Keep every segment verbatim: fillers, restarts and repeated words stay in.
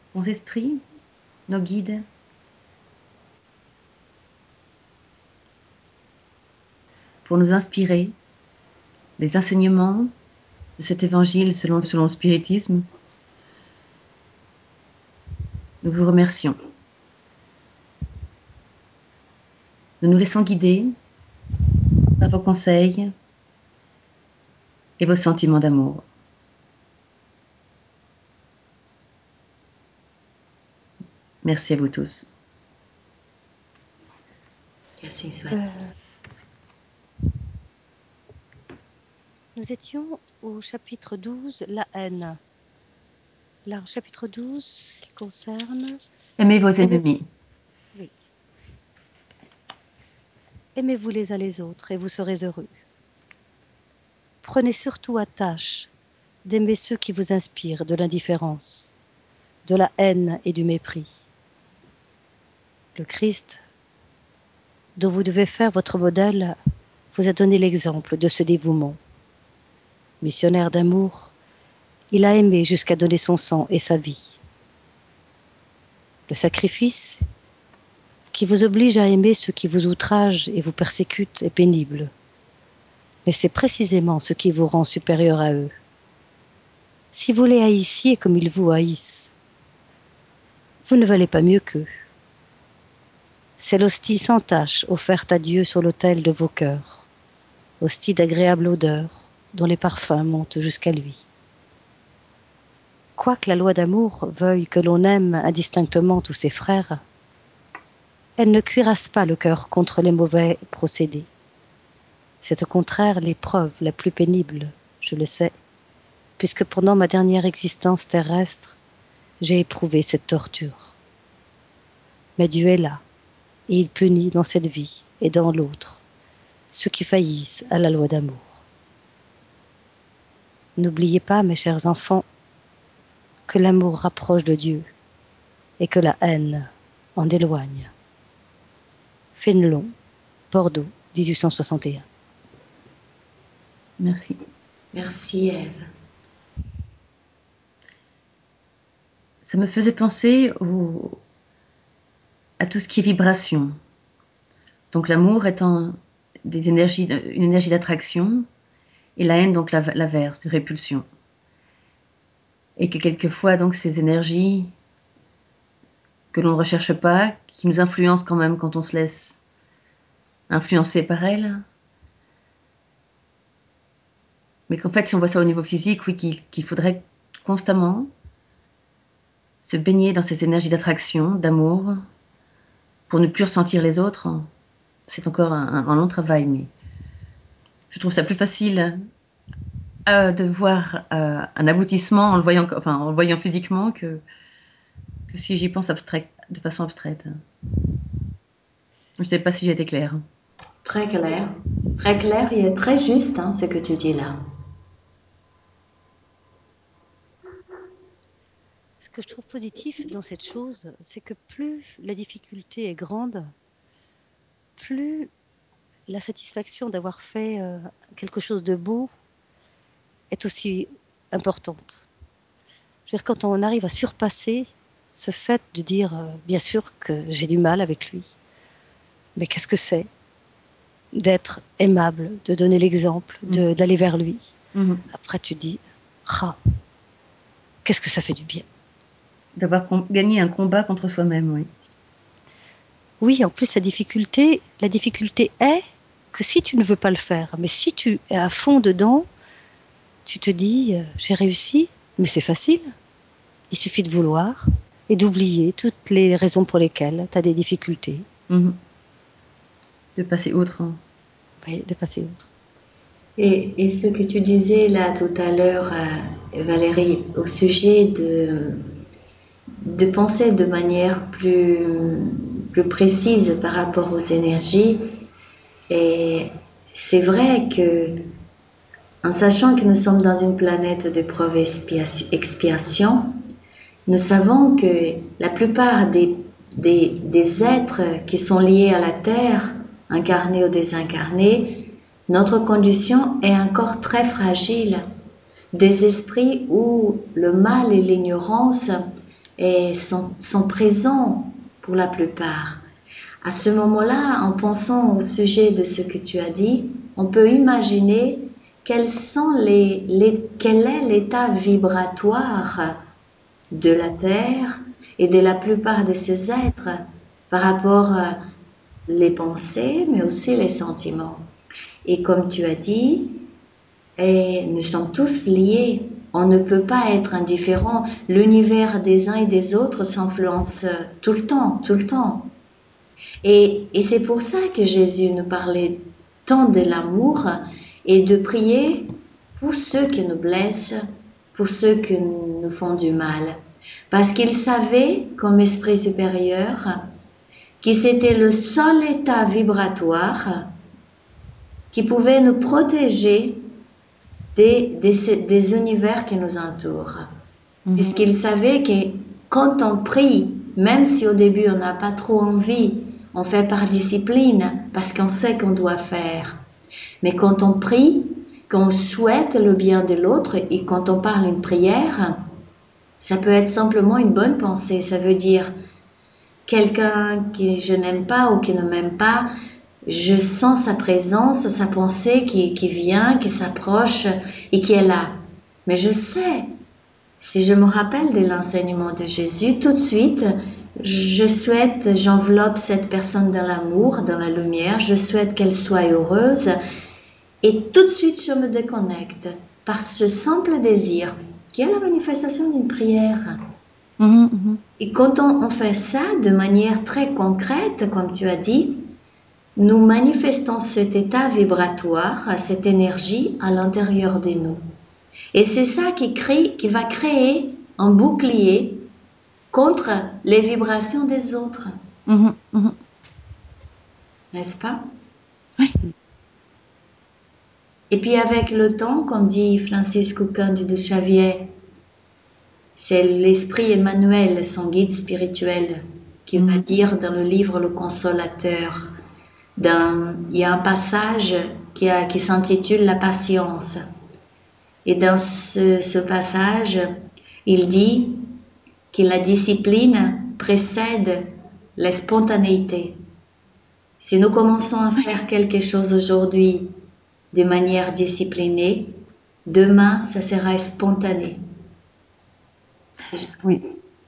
Bons esprits, nos guides, pour nous inspirer des enseignements de cet évangile selon, selon le spiritisme, nous vous remercions. Nous nous laissons guider par vos conseils et vos sentiments d'amour. Merci à vous tous. Qu'ainsi soit. Euh, nous étions au chapitre douze, la haine. Là, au chapitre douze, qui concerne... Aimez vos Aimez... ennemis. Oui. Aimez-vous les uns les autres et vous serez heureux. Prenez surtout à tâche d'aimer ceux qui vous inspirent de l'indifférence, de la haine et du mépris. Le Christ, dont vous devez faire votre modèle, vous a donné l'exemple de ce dévouement. Missionnaire d'amour, il a aimé jusqu'à donner son sang et sa vie. Le sacrifice qui vous oblige à aimer ceux qui vous outragent et vous persécutent est pénible. Mais c'est précisément ce qui vous rend supérieur à eux. Si vous les haïssiez comme ils vous haïssent, vous ne valez pas mieux qu'eux. C'est l'hostie sans tache offerte à Dieu sur l'autel de vos cœurs, hostie d'agréable odeur dont les parfums montent jusqu'à lui. Quoique la loi d'amour veuille que l'on aime indistinctement tous ses frères, elle ne cuirasse pas le cœur contre les mauvais procédés. C'est au contraire l'épreuve la plus pénible, je le sais, puisque pendant ma dernière existence terrestre, j'ai éprouvé cette torture. Mais Dieu est là, et il punit dans cette vie et dans l'autre ceux qui faillissent à la loi d'amour. N'oubliez pas, mes chers enfants, que l'amour rapproche de Dieu et que la haine en éloigne. Fénelon, Bordeaux, dix-huit cent soixante et un. Merci. Merci Ève. Ça me faisait penser au, à tout ce qui est vibration. Donc l'amour étant des énergies, une énergie d'attraction, et la haine donc l'inverse, de répulsion. Et que quelquefois donc ces énergies que l'on ne recherche pas, qui nous influencent quand même quand on se laisse influencer par elles, mais qu'en fait si on voit ça au niveau physique, oui, qu'il, qu'il faudrait constamment se baigner dans ces énergies d'attraction, d'amour, pour ne plus ressentir les autres. C'est encore un, un long travail, mais je trouve ça plus facile euh, de voir euh, un aboutissement en le voyant, enfin, en le voyant physiquement que, que si j'y pense abstrait, de façon abstraite. Je ne sais pas si j'ai été claire. Très clair. Très clair et très juste hein, ce que tu dis là. Ce que je trouve positif dans cette chose, c'est que plus la difficulté est grande, plus la satisfaction d'avoir fait euh, quelque chose de beau est aussi importante. Je veux dire, quand on arrive à surpasser ce fait de dire, euh, bien sûr que j'ai du mal avec lui, mais qu'est-ce que c'est d'être aimable, de donner l'exemple, de, d'aller vers lui. Mmh. Après, tu dis, ah, qu'est-ce que ça fait du bien. D'avoir com- gagné un combat contre soi-même, oui. Oui, en plus, la difficulté, la difficulté est que si tu ne veux pas le faire, mais si tu es à fond dedans, tu te dis, euh, j'ai réussi, mais c'est facile. Il suffit de vouloir et d'oublier toutes les raisons pour lesquelles tu as des difficultés. Mmh. De passer outre. Hein. Oui, de passer outre. Et, et ce que tu disais là tout à l'heure, euh, Valérie, au sujet de, de penser de manière plus, plus précise par rapport aux énergies, et c'est vrai que en sachant que nous sommes dans une planète de preuve et expiation, nous savons que la plupart des, des, des êtres qui sont liés à la Terre, incarnés ou désincarnés, notre condition est encore très fragile. Des esprits où le mal et l'ignorance et sont, sont présents pour la plupart. À ce moment-là, en pensant au sujet de ce que tu as dit, on peut imaginer quels sont les, les, quel est l'état vibratoire de la Terre et de la plupart de ces êtres par rapport à les pensées, mais aussi les sentiments. Et comme tu as dit, et nous sommes tous liés. On ne peut pas être indifférent. L'univers des uns et des autres s'influence tout le temps, tout le temps. Et, et c'est pour ça que Jésus nous parlait tant de l'amour et de prier pour ceux qui nous blessent, pour ceux qui nous font du mal. Parce qu'il savait, comme esprit supérieur, que c'était le seul état vibratoire qui pouvait nous protéger des, des, des univers qui nous entourent. Mmh. Puisqu'il savait que quand on prie, même si au début on n'a pas trop envie, on fait par discipline, parce qu'on sait qu'on doit faire. Mais quand on prie, qu'on souhaite le bien de l'autre et quand on parle une prière, ça peut être simplement une bonne pensée. Ça veut dire quelqu'un que je n'aime pas ou qui ne m'aime pas, je sens sa présence, sa pensée qui, qui vient, qui s'approche et qui est là. Mais je sais, si je me rappelle de l'enseignement de Jésus, tout de suite, je souhaite, j'enveloppe cette personne dans l'amour, dans la lumière, je souhaite qu'elle soit heureuse et tout de suite je me déconnecte par ce simple désir qui est la manifestation d'une prière. Mmh, mmh. Et quand on, on fait ça de manière très concrète, comme tu as dit, nous manifestons cet état vibratoire, cette énergie à l'intérieur de nous. Et c'est ça qui, crée, qui va créer un bouclier contre les vibrations des autres. Mmh, mmh. N'est-ce pas? Oui. Et puis avec le temps, comme dit Francisco Cândido Xavier, c'est l'esprit Emmanuel, son guide spirituel, qui mmh. va dire dans le livre Le Consolateur, dans, il y a un passage qui, a, qui s'intitule La patience. Et dans ce, ce passage, il dit que la discipline précède la spontanéité. Si nous commençons à faire quelque chose aujourd'hui de manière disciplinée, demain, ça sera spontané. Oui.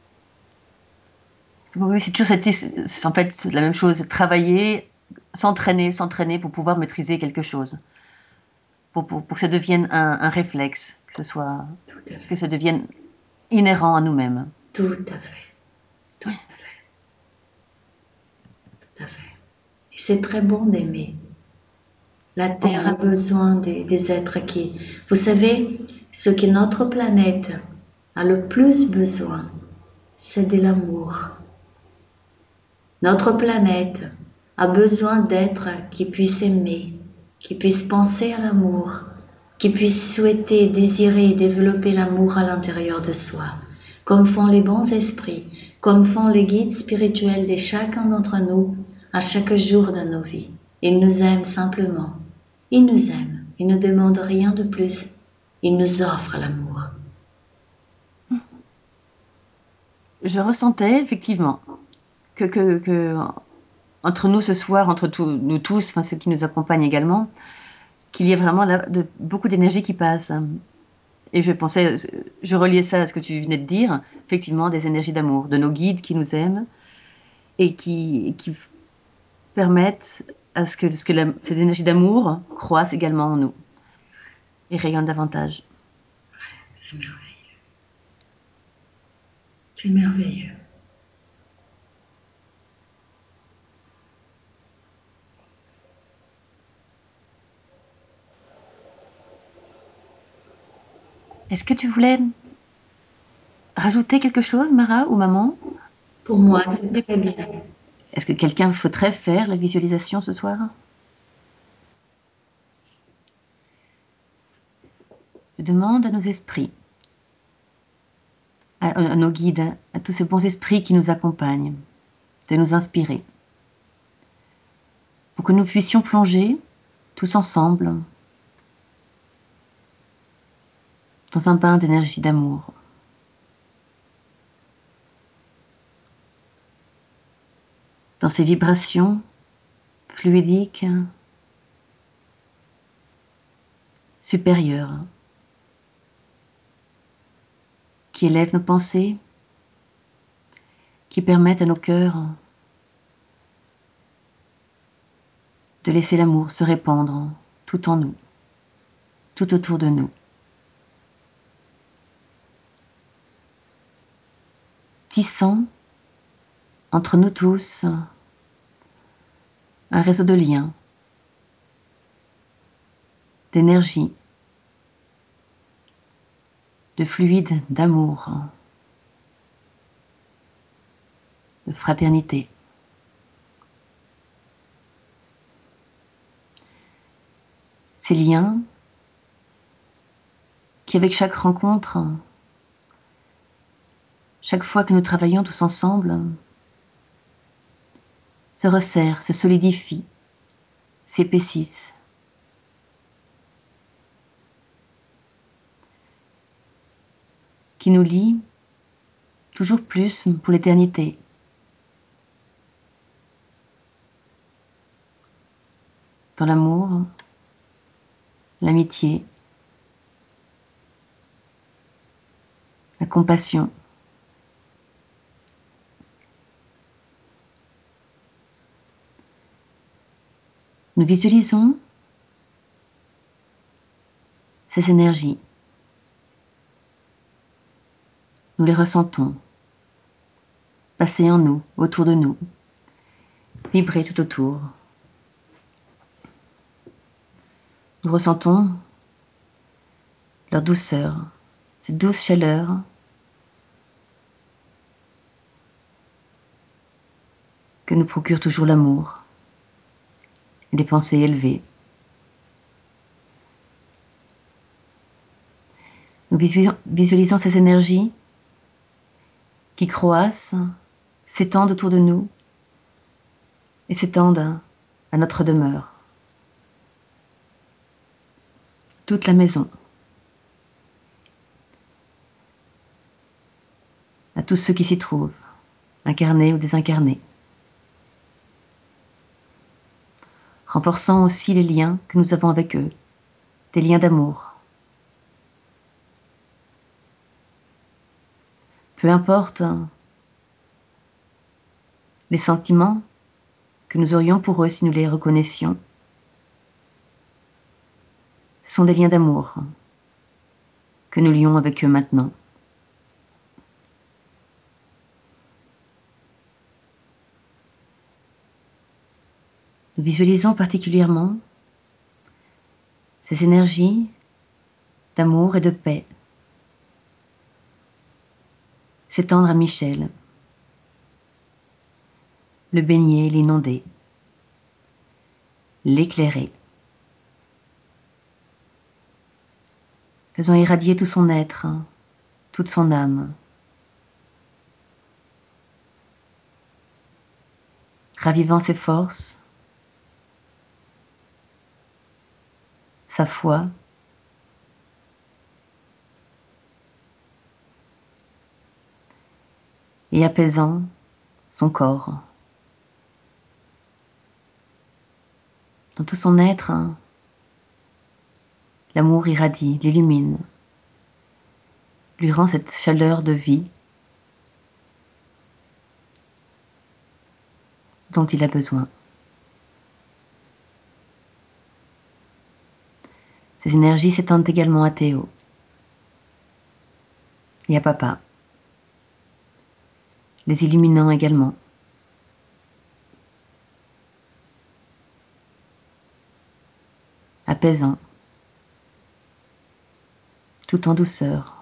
Oui, c'est toujours cette, c'est en fait la même chose, travailler, s'entraîner, s'entraîner pour pouvoir maîtriser quelque chose. Pour, pour, pour que ça devienne un, un réflexe, que ce soit, que ça devienne inhérent à nous-mêmes. Tout à fait. Tout à fait. Tout à fait. Et c'est très bon d'aimer. La Terre a besoin des, des êtres qui... Vous savez, ce que notre planète a le plus besoin, c'est de l'amour. Notre planète a besoin d'êtres qui puissent aimer, qui puissent penser à l'amour, qui puissent souhaiter, désirer, développer l'amour à l'intérieur de soi, comme font les bons esprits, comme font les guides spirituels de chacun d'entre nous à chaque jour de nos vies. Ils nous aiment simplement. Ils nous aiment. Ils ne demandent rien de plus. Ils nous offrent l'amour. Je ressentais effectivement que, que, que entre nous ce soir, entre tout, nous tous, enfin ceux qui nous accompagnent également, qu'il y ait vraiment là, de, beaucoup d'énergie qui passe. Et je pensais, je reliais ça à ce que tu venais de dire, effectivement, des énergies d'amour, de nos guides qui nous aiment et qui, qui permettent à ce que, ce que la, cette énergie d'amour croisse également en nous et rayonne davantage. C'est merveilleux. C'est merveilleux. Est-ce que tu voulais rajouter quelque chose, Mara ou maman? Pour moi, c'est très bien. Est-ce que quelqu'un souhaiterait faire la visualisation ce soir? Je demande à nos esprits, à, à nos guides, à tous ces bons esprits qui nous accompagnent, de nous inspirer, pour que nous puissions plonger tous ensemble dans un bain d'énergie d'amour. dans ces vibrations fluidiques supérieures qui élèvent nos pensées, qui permettent à nos cœurs de laisser l'amour se répandre tout en nous, tout autour de nous. Tissant entre nous tous un réseau de liens, d'énergie, de fluide d'amour, de fraternité. Ces liens qui, avec chaque rencontre, chaque fois que nous travaillons tous ensemble, se resserrent, se solidifient, s'épaississent. Qui nous lient toujours plus pour l'éternité. Dans l'amour, l'amitié, la compassion. Nous visualisons ces énergies. Nous les ressentons, passer en nous, autour de nous, vibrer tout autour. Nous ressentons leur douceur, cette douce chaleur que nous procure toujours l'amour et des pensées élevées. Nous visualisons ces énergies qui croissent, s'étendent autour de nous et s'étendent à notre demeure. Toute la maison, à tous ceux qui s'y trouvent, incarnés ou désincarnés. Renforçant aussi les liens que nous avons avec eux, des liens d'amour. Peu importe les sentiments que nous aurions pour eux si nous les reconnaissions, ce sont des liens d'amour que nous lions avec eux maintenant. Nous visualisons particulièrement ces énergies d'amour et de paix s'étendre à Michel, le baigner, l'inonder, l'éclairer, faisant irradier tout son être, toute son âme, ravivant ses forces, sa foi, et apaisant son corps. Dans tout son être, l'amour irradie, l'illumine, lui rend cette chaleur de vie dont il a besoin. Ces énergies s'étendent également à Théo et à Papa, les illuminant également. Apaisant, tout en douceur.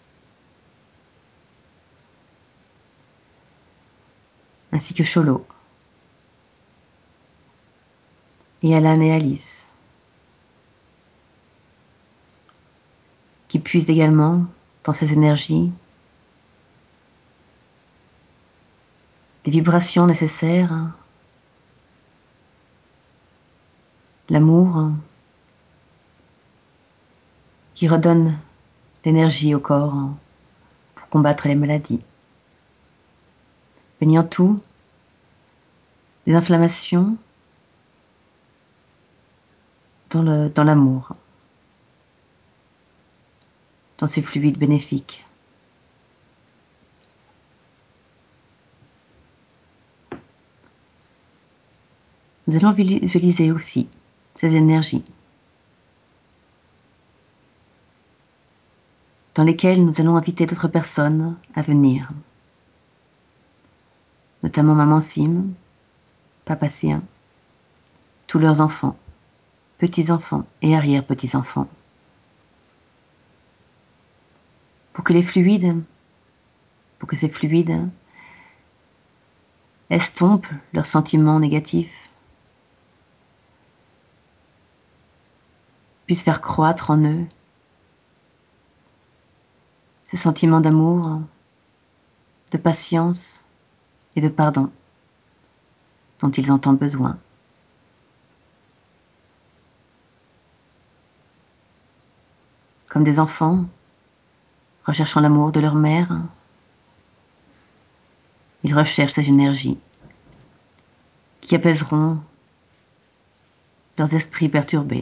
Ainsi que Cholo et Alan et Alice, qui puisent également dans ces énergies les vibrations nécessaires, l'amour qui redonne l'énergie au corps pour combattre les maladies, baignant tout des inflammations dans le, dans l'amour, dans ces fluides bénéfiques. Nous allons visualiser aussi ces énergies dans lesquelles nous allons inviter d'autres personnes à venir, notamment Maman Sim, Papa Sien, tous leurs enfants, petits-enfants et arrière-petits-enfants, pour que les fluides, pour que ces fluides estompent leurs sentiments négatifs, puissent faire croître en eux ce sentiment d'amour, de patience et de pardon dont ils ont tant besoin. Comme des enfants recherchant l'amour de leur mère, ils recherchent ces énergies qui apaiseront leurs esprits perturbés.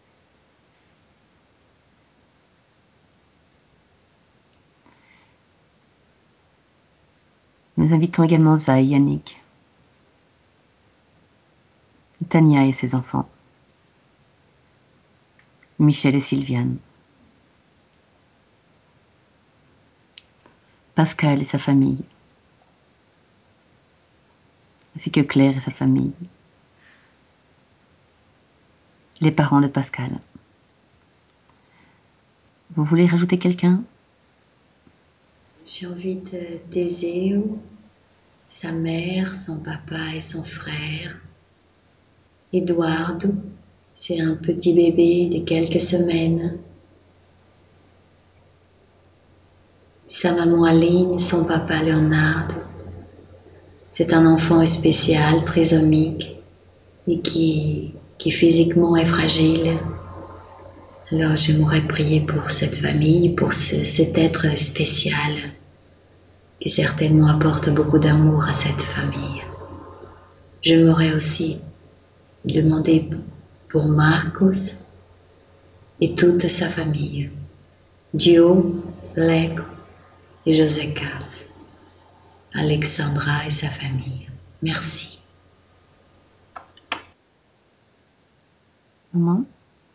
Nous invitons également Zai, Yannick, Tania et ses enfants, Michel et Sylviane, Pascal et sa famille, ainsi que Claire et sa famille, les parents de Pascal. Vous voulez rajouter quelqu'un? J'invite Teseo, sa mère, son papa et son frère. Eduardo, c'est un petit bébé de quelques semaines. Sa maman Aline, son papa Leonardo. C'est un enfant spécial, trisomique et qui, qui physiquement est fragile. Alors j'aimerais prier pour cette famille, pour ce, cet être spécial qui certainement apporte beaucoup d'amour à cette famille. J'aimerais aussi demander pour Marcos et toute sa famille, Dio, Lego et José Carlos, Alexandra et sa famille. Merci. Maman?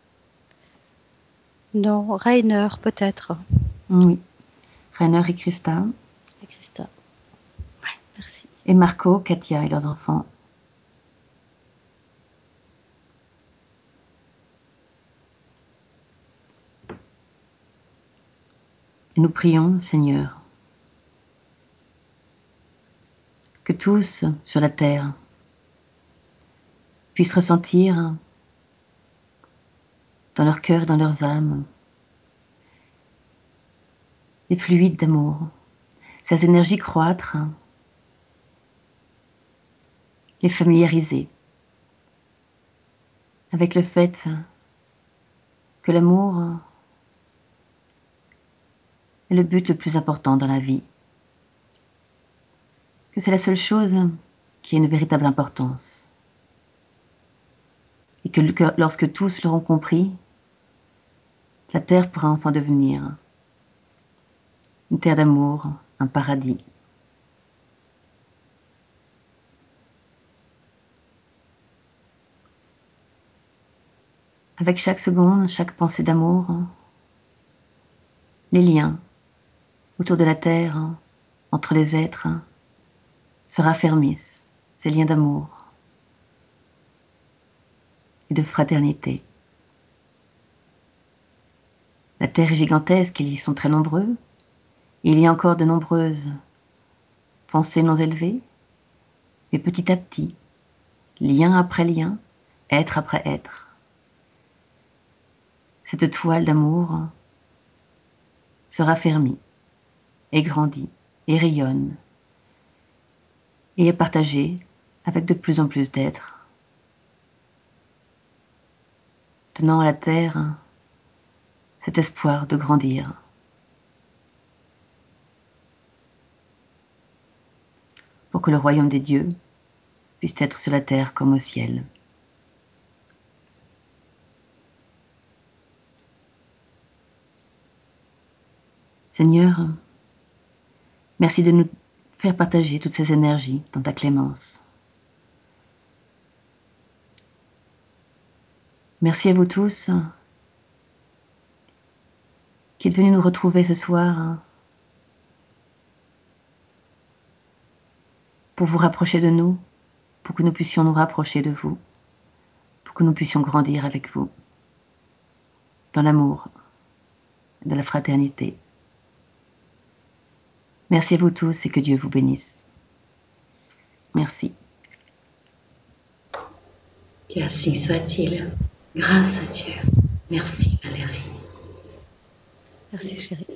Non, Rainer peut-être. Oui. Rainer et Christa. Et Christa. Ouais, merci. Et Marco, Katia et leurs enfants. Et nous prions, Seigneur, que tous sur la terre puissent ressentir dans leur cœur, dans leurs âmes, les fluides d'amour, ces énergies croître, les familiariser avec le fait que l'amour est le but le plus important dans la vie, que c'est la seule chose qui a une véritable importance, et que lorsque tous l'auront compris, la terre pourra enfin devenir une terre d'amour, un paradis. Avec chaque seconde, chaque pensée d'amour, les liens autour de la terre, entre les êtres, se raffermissent, ces liens d'amour et de fraternité. La terre est gigantesque, ils y sont très nombreux, et il y a encore de nombreuses pensées non élevées, mais petit à petit, lien après lien, être après être, cette toile d'amour se raffermit et grandit et rayonne et est partagée avec de plus en plus d'êtres, donnant à la terre cet espoir de grandir. Pour que le royaume des dieux puisse être sur la terre comme au ciel. Seigneur, merci de nous faire partager toutes ces énergies dans ta clémence. Merci à vous tous qui êtes venus nous retrouver ce soir pour vous rapprocher de nous, pour que nous puissions nous rapprocher de vous, pour que nous puissions grandir avec vous dans l'amour, de la fraternité. Merci à vous tous et que Dieu vous bénisse. Merci. Qu'ainsi soit-il. Grâce à Dieu. Merci Valérie. Merci chérie.